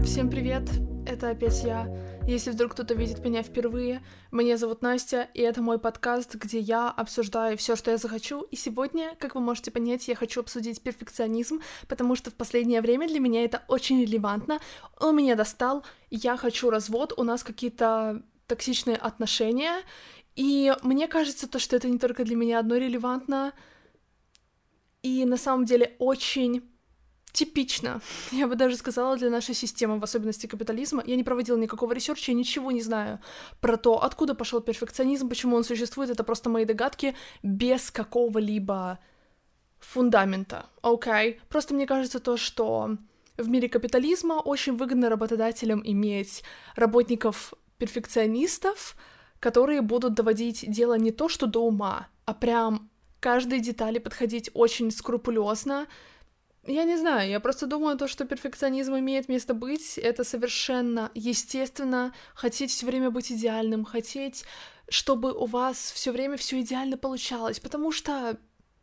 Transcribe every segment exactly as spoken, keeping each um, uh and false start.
Всем привет, это опять я. Если вдруг кто-то видит меня впервые, меня зовут Настя, и это мой подкаст, где я обсуждаю все, что я захочу. И сегодня, как вы можете понять, я хочу обсудить перфекционизм, потому что в последнее время для меня это очень релевантно. Он меня достал, я хочу развод, у нас какие-то токсичные отношения, и мне кажется, то, что это не только для меня одно релевантно, и на самом деле очень типично, я бы даже сказала, для нашей системы, в особенности капитализма. Я не проводила никакого ресерча, я ничего не знаю про то, откуда пошел перфекционизм, почему он существует, это просто мои догадки без какого-либо фундамента, окей? Okay? Просто мне кажется то, что в мире капитализма очень выгодно работодателям иметь работников-перфекционистов, которые будут доводить дело не то, что до ума, а прям каждой детали подходить очень скрупулезно. Я не знаю, я просто думаю, то, что перфекционизм имеет место быть, это совершенно естественно, хотеть все время быть идеальным, хотеть, чтобы у вас все время все идеально получалось, потому что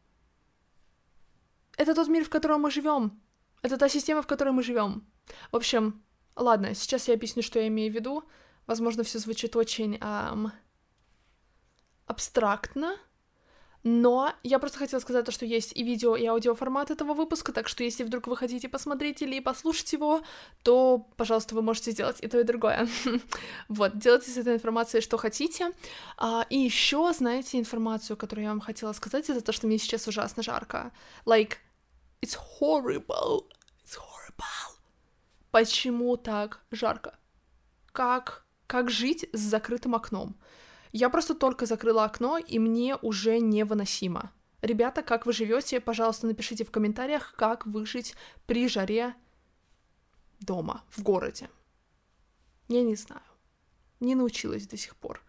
это тот мир, в котором мы живем, это та система, в которой мы живем. В общем, ладно, сейчас я объясню, что я имею в виду. Возможно, все звучит очень эм, абстрактно. Но я просто хотела сказать то, что есть и видео, и аудиоформат этого выпуска, так что если вдруг вы хотите посмотреть или послушать его, то, пожалуйста, вы можете сделать и то, и другое. Вот, делайте с этой информацией что хотите. А, и еще, знаете, информацию, которую я вам хотела сказать, это то, что мне сейчас ужасно жарко. Like, it's horrible. It's horrible. Почему так жарко? Как, как жить с закрытым окном? Я просто только закрыла окно, и мне уже невыносимо. Ребята, как вы живете? Пожалуйста, напишите в комментариях, как выжить при жаре дома, в городе. Я не знаю. Не научилась до сих пор.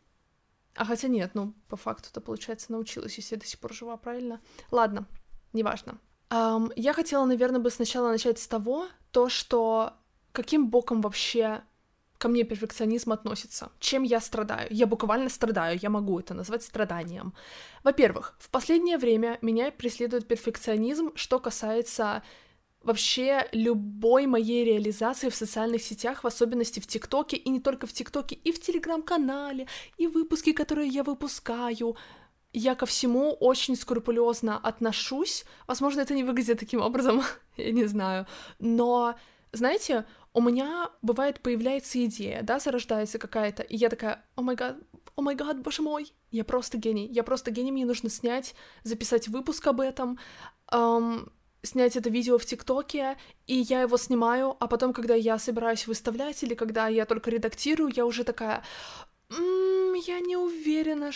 А хотя нет, ну, по факту-то, получается, научилась, если я до сих пор жива, правильно? Ладно, неважно. Um, я хотела, наверное, бы сначала начать с того, то, что каким боком вообще ко мне перфекционизм относится. Чем я страдаю? Я буквально страдаю, я могу это назвать страданием. Во-первых, в последнее время меня преследует перфекционизм, что касается вообще любой моей реализации в социальных сетях, в особенности в ТикТоке, и не только в ТикТоке, и в Телеграм-канале, и выпуски, которые я выпускаю. Я ко всему очень скрупулезно отношусь. Возможно, это не выглядит таким образом, я не знаю. Но, знаете, у меня, бывает, появляется идея, да, зарождается какая-то, и я такая, о май гад, о май гад, боже мой, я просто гений, я просто гений, мне нужно снять, записать выпуск об этом, эм, снять это видео в ТикТоке, и я его снимаю, а потом, когда я собираюсь выставлять, или когда я только редактирую, я уже такая, м-м, я не уверена,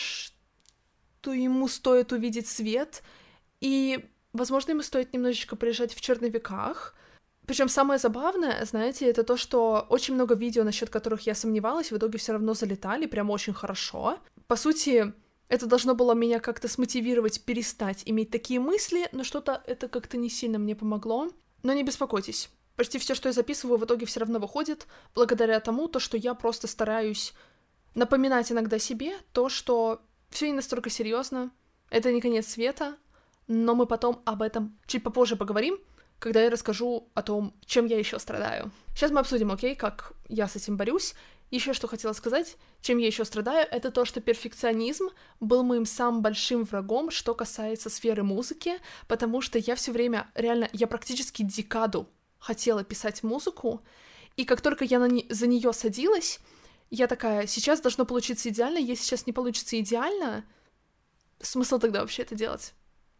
что ему стоит увидеть свет, и, возможно, ему стоит немножечко полежать в черновиках. Причем самое забавное, знаете, это то, что очень много видео, насчет которых я сомневалась, в итоге все равно залетали, прям очень хорошо. По сути, это должно было меня как-то смотивировать перестать иметь такие мысли, но что-то это как-то не сильно мне помогло. Но не беспокойтесь, почти все, что я записываю, в итоге все равно выходит, благодаря тому, то, что я просто стараюсь напоминать иногда себе то, что все не настолько серьезно, это не конец света, но мы потом об этом чуть попозже поговорим, когда я расскажу о том, чем я еще страдаю. Сейчас мы обсудим, окей, как я с этим борюсь. Еще что хотела сказать, чем я еще страдаю, это то, что перфекционизм был моим самым большим врагом, что касается сферы музыки, потому что я все время, реально, я практически декаду хотела писать музыку, и как только я на не... за нее садилась, я такая, сейчас должно получиться идеально, если сейчас не получится идеально, смысл тогда вообще это делать?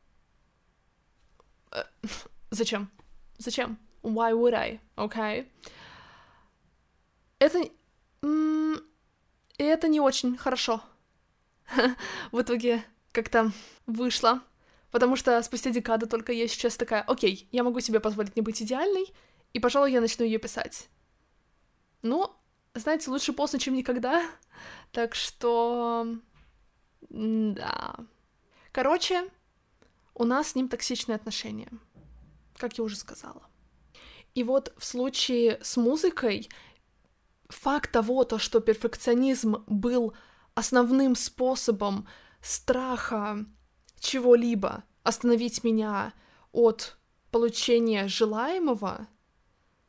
Зачем? Зачем? Why would I? Okay? Это... М- это не очень хорошо. В итоге как-то вышло. Потому что спустя декаду только я сейчас такая, окей, я могу себе позволить не быть идеальной, и, пожалуй, я начну ее писать. Ну, знаете, лучше поздно, чем никогда. Так что... Да. Короче, у нас с ним токсичные отношения. Как я уже сказала. И вот в случае с музыкой факт того, то, что перфекционизм был основным способом страха чего-либо остановить меня от получения желаемого,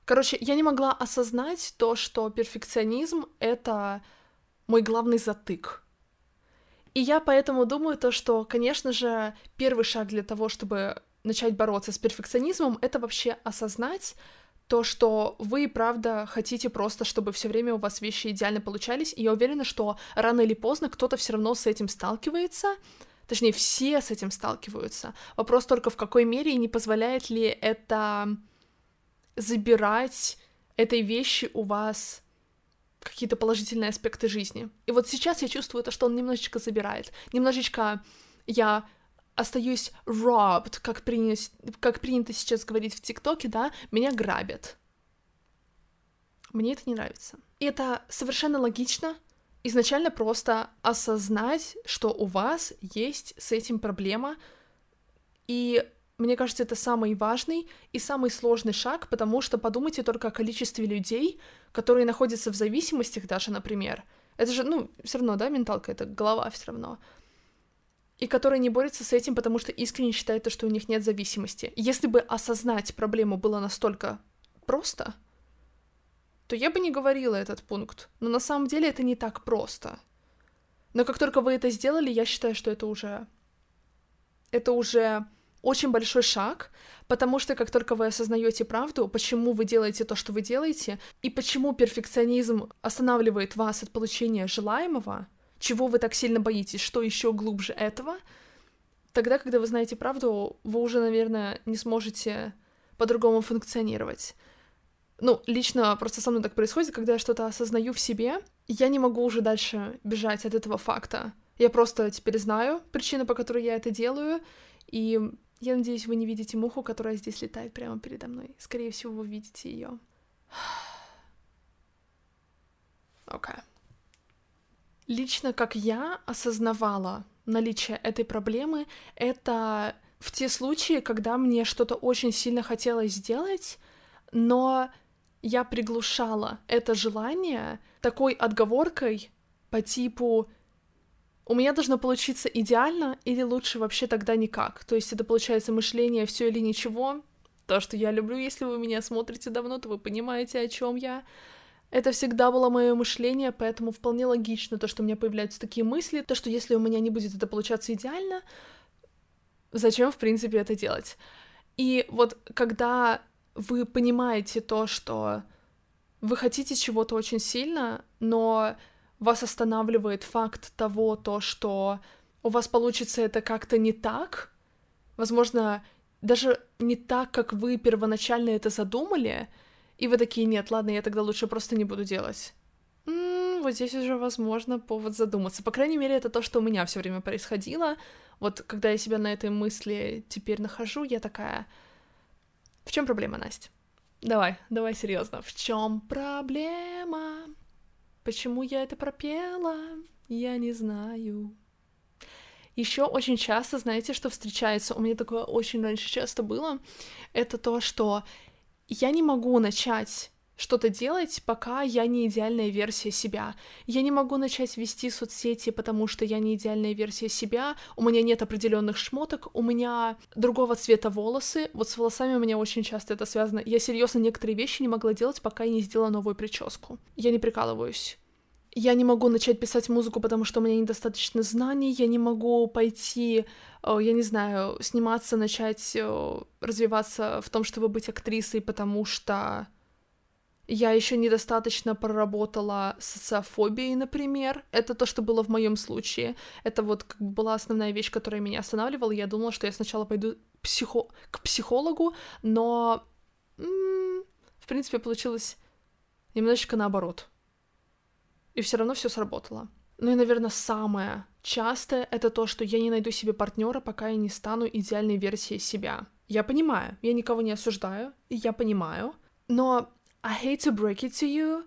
Короче, я не могла осознать то, что перфекционизм — это мой главный затык. И я поэтому думаю то, что, конечно же, первый шаг для того, чтобы начать бороться с перфекционизмом, это вообще осознать то, что вы, правда, хотите просто, чтобы все время у вас вещи идеально получались, и я уверена, что рано или поздно кто-то все равно с этим сталкивается, точнее, все с этим сталкиваются. Вопрос только в какой мере и не позволяет ли это забирать этой вещи у вас какие-то положительные аспекты жизни. И вот сейчас я чувствую то, что он немножечко забирает. Немножечко я остаюсь robbed, как, принято, как принято сейчас говорить в ТикТоке, да, меня грабят. Мне это не нравится. И это совершенно логично. Изначально просто осознать, что у вас есть с этим проблема. И мне кажется, это самый важный и самый сложный шаг, потому что подумайте только о количестве людей, которые находятся в зависимостях даже, например. Это же, ну, все равно, да, менталка, это голова все равно. И которые не борются с этим, потому что искренне считают, что у них нет зависимости. Если бы осознать проблему было настолько просто, то я бы не говорила этот пункт. Но на самом деле это не так просто. Но как только вы это сделали, я считаю, что это уже... Это уже очень большой шаг, потому что как только вы осознаете правду, почему вы делаете то, что вы делаете, и почему перфекционизм останавливает вас от получения желаемого, чего вы так сильно боитесь, что еще глубже этого, тогда, когда вы знаете правду, вы уже, наверное, не сможете по-другому функционировать. Ну, лично просто со мной так происходит, когда я что-то осознаю в себе, я не могу уже дальше бежать от этого факта. Я просто теперь знаю причину, по которой я это делаю, и я надеюсь, вы не видите муху, которая здесь летает прямо передо мной. Скорее всего, вы видите ее. Окей. Okay. Лично как я осознавала наличие этой проблемы, это в те случаи, когда мне что-то очень сильно хотелось сделать, но я приглушала это желание такой отговоркой по типу «у меня должно получиться идеально» или лучше вообще тогда никак. То есть это получается мышление «все или ничего», то, что я люблю. Если вы меня смотрите давно, то вы понимаете, о чем я. Это всегда было мое мышление, поэтому вполне логично то, что у меня появляются такие мысли, то, что если у меня не будет это получаться идеально, зачем, в принципе, это делать? И вот когда вы понимаете то, что вы хотите чего-то очень сильно, но вас останавливает факт того, то, что у вас получится это как-то не так, возможно, даже не так, как вы первоначально это задумали, и вы такие, нет, ладно, я тогда лучше просто не буду делать. М-м, вот здесь уже, возможно, повод задуматься. По крайней мере, это то, что у меня все время происходило. Вот когда я себя на этой мысли теперь нахожу, я такая, в чем проблема, Настя? Давай, давай серьезно. В чем проблема? Почему я это пропела? Я не знаю. Еще очень часто, знаете, что встречается, у меня такое очень раньше часто было, это то, что я не могу начать что-то делать, пока я не идеальная версия себя. Я не могу начать вести соцсети, потому что я не идеальная версия себя, у меня нет определенных шмоток, у меня другого цвета волосы, вот с волосами у меня очень часто это связано. Я серьезно некоторые вещи не могла делать, пока я не сделала новую прическу. Я не прикалываюсь. Я не могу начать писать музыку, потому что у меня недостаточно знаний, я не могу пойти, я не знаю, сниматься, начать развиваться в том, чтобы быть актрисой, потому что я еще недостаточно проработала социофобией, например. Это то, что было в моем случае. Это вот как бы была основная вещь, которая меня останавливала. Я думала, что я сначала пойду психо... к психологу, но м-м, в принципе получилось немножечко наоборот. И все равно все сработало. Ну и, наверное, самое частое — это то, что я не найду себе партнера, пока я не стану идеальной версией себя. Я понимаю, я никого не осуждаю, и я понимаю, но I hate to break it to you.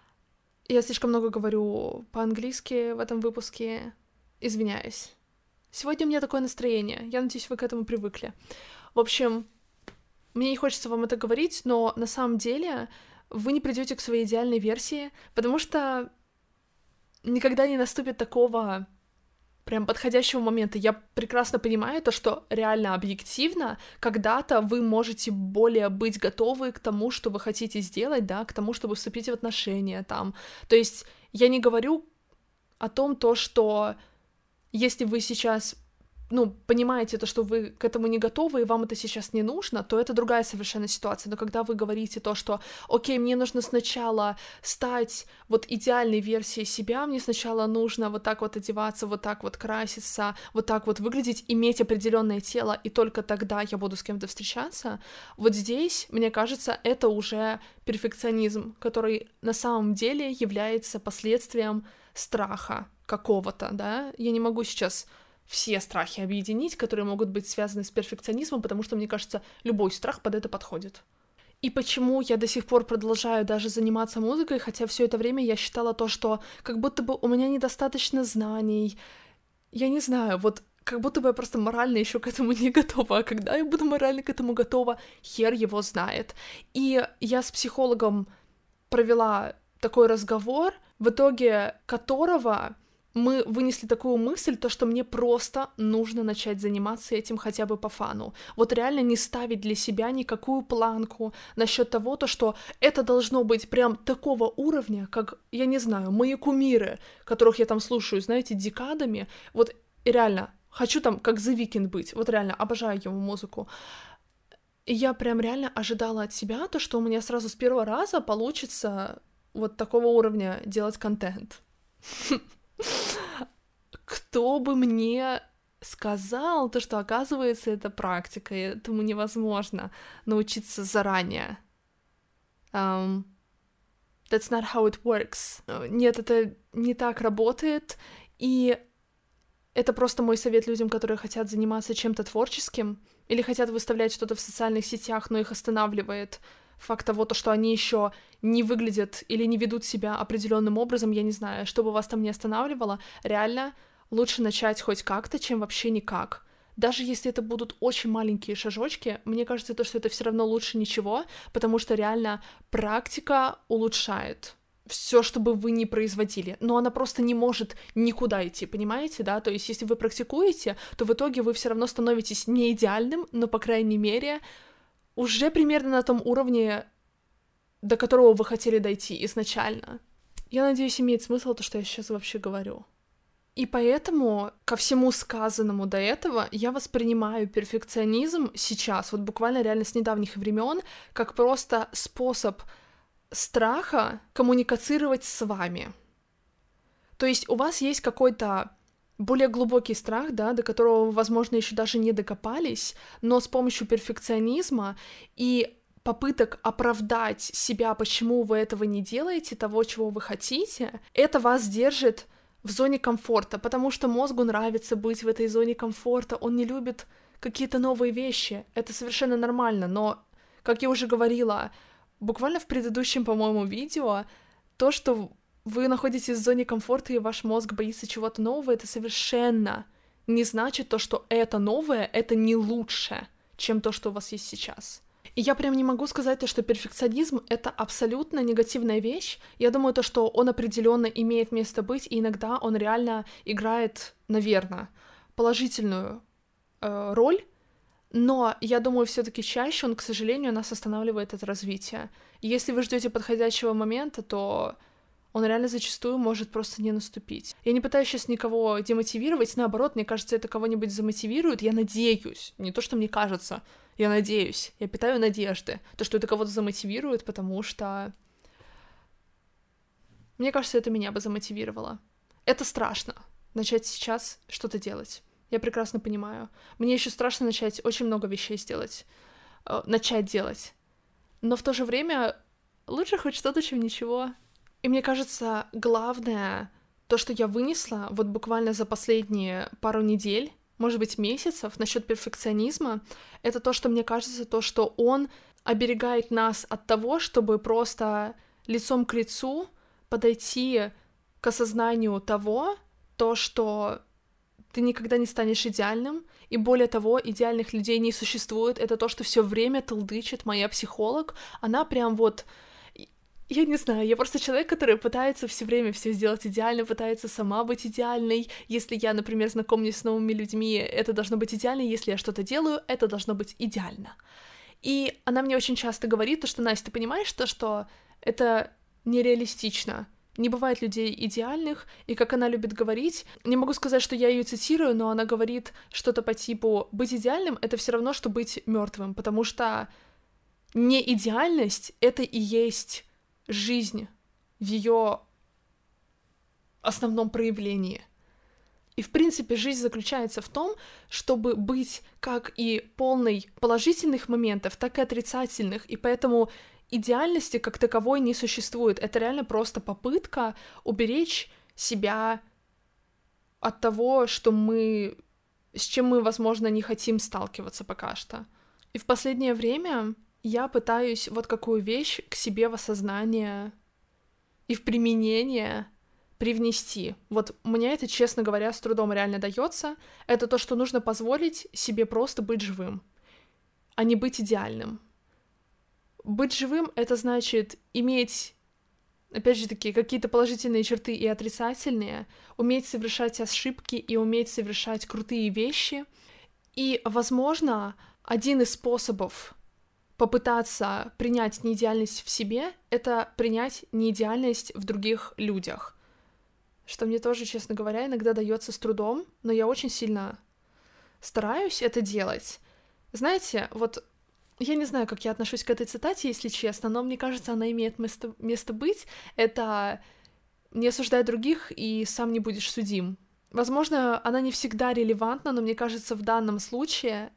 Я слишком много говорю по-английски в этом выпуске. Извиняюсь. Сегодня у меня такое настроение. Я надеюсь, вы к этому привыкли. В общем, мне не хочется вам это говорить, но на самом деле вы не придете к своей идеальной версии, потому что никогда не наступит такого прям подходящего момента. Я прекрасно понимаю то, что реально объективно когда-то вы можете более быть готовы к тому, что вы хотите сделать, да, к тому, чтобы вступить в отношения там. То есть я не говорю о том, то, что если вы сейчас, ну, понимаете то, что вы к этому не готовы, и вам это сейчас не нужно, то это другая совершенно ситуация. Но когда вы говорите то, что, окей, мне нужно сначала стать вот идеальной версией себя, мне сначала нужно вот так вот одеваться, вот так вот краситься, вот так вот выглядеть, иметь определенное тело, и только тогда я буду с кем-то встречаться, вот здесь, мне кажется, это уже перфекционизм, который на самом деле является последствием страха какого-то, да. Я не могу сейчас все страхи объединить, которые могут быть связаны с перфекционизмом, потому что, мне кажется, любой страх под это подходит. И почему я до сих пор продолжаю даже заниматься музыкой, хотя все это время я считала то, что как будто бы у меня недостаточно знаний, я не знаю, вот как будто бы я просто морально еще к этому не готова, а когда я буду морально к этому готова, хер его знает. И я с психологом провела такой разговор, в итоге которого мы вынесли такую мысль, то, что мне просто нужно начать заниматься этим хотя бы по фану. Вот реально не ставить для себя никакую планку насчет того, то, что это должно быть прям такого уровня, как, я не знаю, мои кумиры, которых я там слушаю, знаете, декадами. Вот реально, хочу там как The Weeknd быть, вот реально, обожаю его музыку. И я прям реально ожидала от себя то, что у меня сразу с первого раза получится вот такого уровня делать контент. Кто бы мне сказал то, что, оказывается, это практика, и этому невозможно научиться заранее. Um, that's not how it works. Нет, это не так работает, и это просто мой совет людям, которые хотят заниматься чем-то творческим или хотят выставлять что-то в социальных сетях, но их останавливает факт того, то, что они еще не выглядят или не ведут себя определенным образом, я не знаю, что бы вас там не останавливало, реально лучше начать хоть как-то, чем вообще никак. Даже если это будут очень маленькие шажочки, мне кажется, то, что это все равно лучше ничего, потому что реально практика улучшает все, что бы вы ни производили, но она просто не может никуда идти, понимаете, да? То есть если вы практикуете, то в итоге вы все равно становитесь не идеальным, но, по крайней мере, уже примерно на том уровне, до которого вы хотели дойти изначально. Я надеюсь, имеет смысл то, что я сейчас вообще говорю. И поэтому ко всему сказанному до этого я воспринимаю перфекционизм сейчас, вот буквально реально с недавних времен, как просто способ страха коммуницировать с вами. То есть у вас есть какой-то более глубокий страх, да, до которого вы, возможно, еще даже не докопались, но с помощью перфекционизма и попыток оправдать себя, почему вы этого не делаете, того, чего вы хотите, это вас держит в зоне комфорта, потому что мозгу нравится быть в этой зоне комфорта, он не любит какие-то новые вещи, это совершенно нормально, но, как я уже говорила, буквально в предыдущем, по-моему, видео, то, что вы находитесь в зоне комфорта, и ваш мозг боится чего-то нового, это совершенно не значит то, что это новое, это не лучше, чем то, что у вас есть сейчас. И я прям не могу сказать то, что перфекционизм — это абсолютно негативная вещь. Я думаю, то, что он определенно имеет место быть, и иногда он реально играет, наверное, положительную э, роль, но я думаю, все-таки чаще он, к сожалению, нас останавливает от развития. И если вы ждете подходящего момента, то он реально зачастую может просто не наступить. Я не пытаюсь сейчас никого демотивировать, наоборот, мне кажется, это кого-нибудь замотивирует, я надеюсь, не то, что мне кажется, я надеюсь, я питаю надежды, то, что это кого-то замотивирует, потому что, мне кажется, это меня бы замотивировало. Это страшно, начать сейчас что-то делать, я прекрасно понимаю. Мне еще страшно начать очень много вещей сделать, э, начать делать, но в то же время лучше хоть что-то, чем ничего. И мне кажется, главное, то, что я вынесла вот буквально за последние пару недель, может быть, месяцев, насчет перфекционизма, это то, что мне кажется, то, что он оберегает нас от того, чтобы просто лицом к лицу подойти к осознанию того, то, что ты никогда не станешь идеальным, и более того, идеальных людей не существует. Это то, что все время толдычит моя психолог. Она прям вот... Я не знаю, я просто человек, который пытается все время все сделать идеально, пытается сама быть идеальной. Если я, например, знакомлюсь с новыми людьми, это должно быть идеально. Если я что-то делаю, это должно быть идеально. И она мне очень часто говорит, то, что, Настя, ты понимаешь, то, что это нереалистично. Не бывает людей идеальных, и как она любит говорить, не могу сказать, что я ее цитирую, но она говорит что-то по типу «быть идеальным — это все равно, что быть мертвым», потому что неидеальность — это и есть жизнь в ее основном проявлении. И, в принципе, жизнь заключается в том, чтобы быть как и полной положительных моментов, так и отрицательных, и поэтому идеальности как таковой не существует. Это реально просто попытка уберечь себя от того, что мы, с чем мы, возможно, не хотим сталкиваться пока что. И в последнее время я пытаюсь вот какую вещь к себе в осознание и в применение привнести. Вот мне это, честно говоря, с трудом реально дается. Это то, что нужно позволить себе просто быть живым, а не быть идеальным. Быть живым — это значит иметь, опять же таки, какие-то положительные черты и отрицательные, уметь совершать ошибки и уметь совершать крутые вещи. И, возможно, один из способов попытаться принять неидеальность в себе — это принять неидеальность в других людях. Что мне тоже, честно говоря, иногда дается с трудом, но я очень сильно стараюсь это делать. Знаете, вот я не знаю, как я отношусь к этой цитате, если честно, но мне кажется, она имеет место, место быть. Это «не осуждай других, и сам не будешь судим». Возможно, она не всегда релевантна, но мне кажется, в данном случае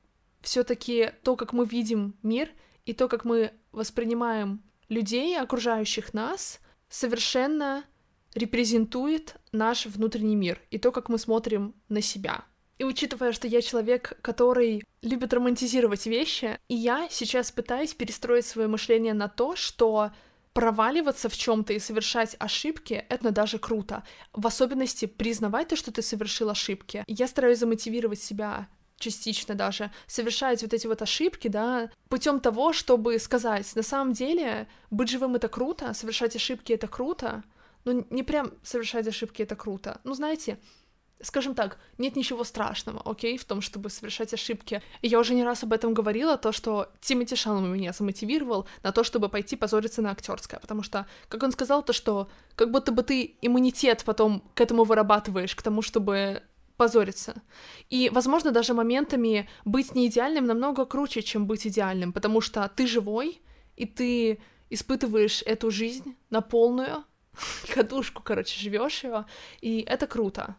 все-таки то, как мы видим мир, и то, как мы воспринимаем людей, окружающих нас, совершенно репрезентует наш внутренний мир и то, как мы смотрим на себя. И учитывая, что я человек, который любит романтизировать вещи, и я сейчас пытаюсь перестроить свое мышление на то, что проваливаться в чем-то и совершать ошибки — это даже круто. В особенности признавать то, что ты совершил ошибки. Я стараюсь замотивировать себя частично даже, совершать вот эти вот ошибки, да, путем того, чтобы сказать, на самом деле, быть живым — это круто, совершать ошибки — это круто, но не прям совершать ошибки — это круто. Ну, знаете, скажем так, нет ничего страшного, окей, в том, чтобы совершать ошибки. И я уже не раз об этом говорила, то, что Тимоти Шаламе меня замотивировал на то, чтобы пойти позориться на актерское, потому что, как он сказал, то, что как будто бы ты иммунитет потом к этому вырабатываешь, к тому, чтобы позориться. И, возможно, даже моментами быть неидеальным намного круче, чем быть идеальным, потому что ты живой, и ты испытываешь эту жизнь на полную, кадушку, короче, живешь ее, и это круто.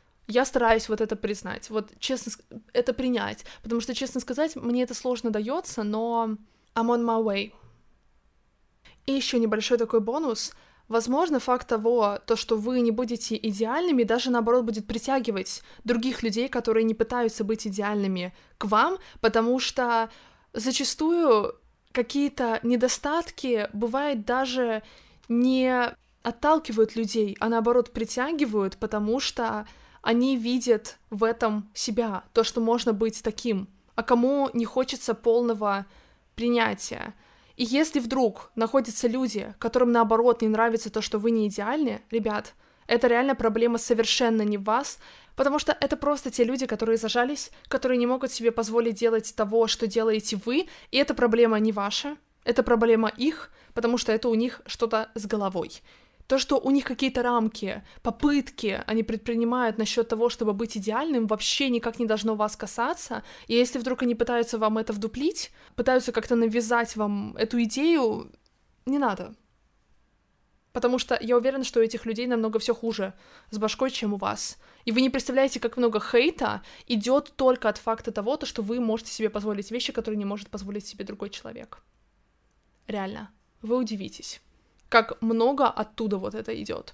Я стараюсь вот это признать, вот честно, это принять, потому что, честно сказать, мне это сложно дается, но I'm on my way. И еще небольшой такой бонус. Возможно, факт того, то, что вы не будете идеальными, даже наоборот будет притягивать других людей, которые не пытаются быть идеальными, к вам, потому что зачастую какие-то недостатки, бывает, даже не отталкивают людей, а наоборот притягивают, потому что они видят в этом себя, то, что можно быть таким, а кому не хочется полного принятия. И если вдруг находятся люди, которым наоборот не нравится то, что вы не идеальны, ребят, это реально проблема совершенно не в вас, потому что это просто те люди, которые зажались, которые не могут себе позволить делать того, что делаете вы, и эта проблема не ваша, это проблема их, потому что это у них что-то с головой. То, что у них какие-то рамки, попытки они предпринимают насчет того, чтобы быть идеальным, вообще никак не должно вас касаться. И если вдруг они пытаются вам это вдуплить, пытаются как-то навязать вам эту идею, не надо. Потому что я уверена, что у этих людей намного все хуже с башкой, чем у вас. И вы не представляете, как много хейта идет только от факта того, то, что вы можете себе позволить вещи, которые не может позволить себе другой человек. Реально. Вы удивитесь, как много оттуда вот это идет.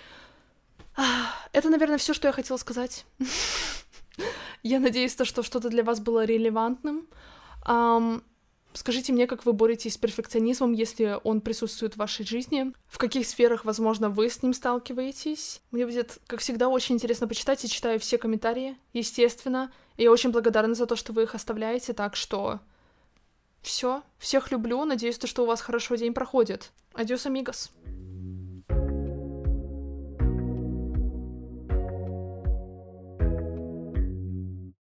Это, наверное, все, что я хотела сказать. Я надеюсь, то, что что-то для вас было релевантным. Um, скажите мне, как вы боретесь с перфекционизмом, если он присутствует в вашей жизни, в каких сферах, возможно, вы с ним сталкиваетесь. Мне будет, как всегда, очень интересно почитать. Я читаю все комментарии, естественно. И я очень благодарна за то, что вы их оставляете, так что Все, всех люблю, надеюсь, то, что у вас хорошо день проходит. Адьос, амигос.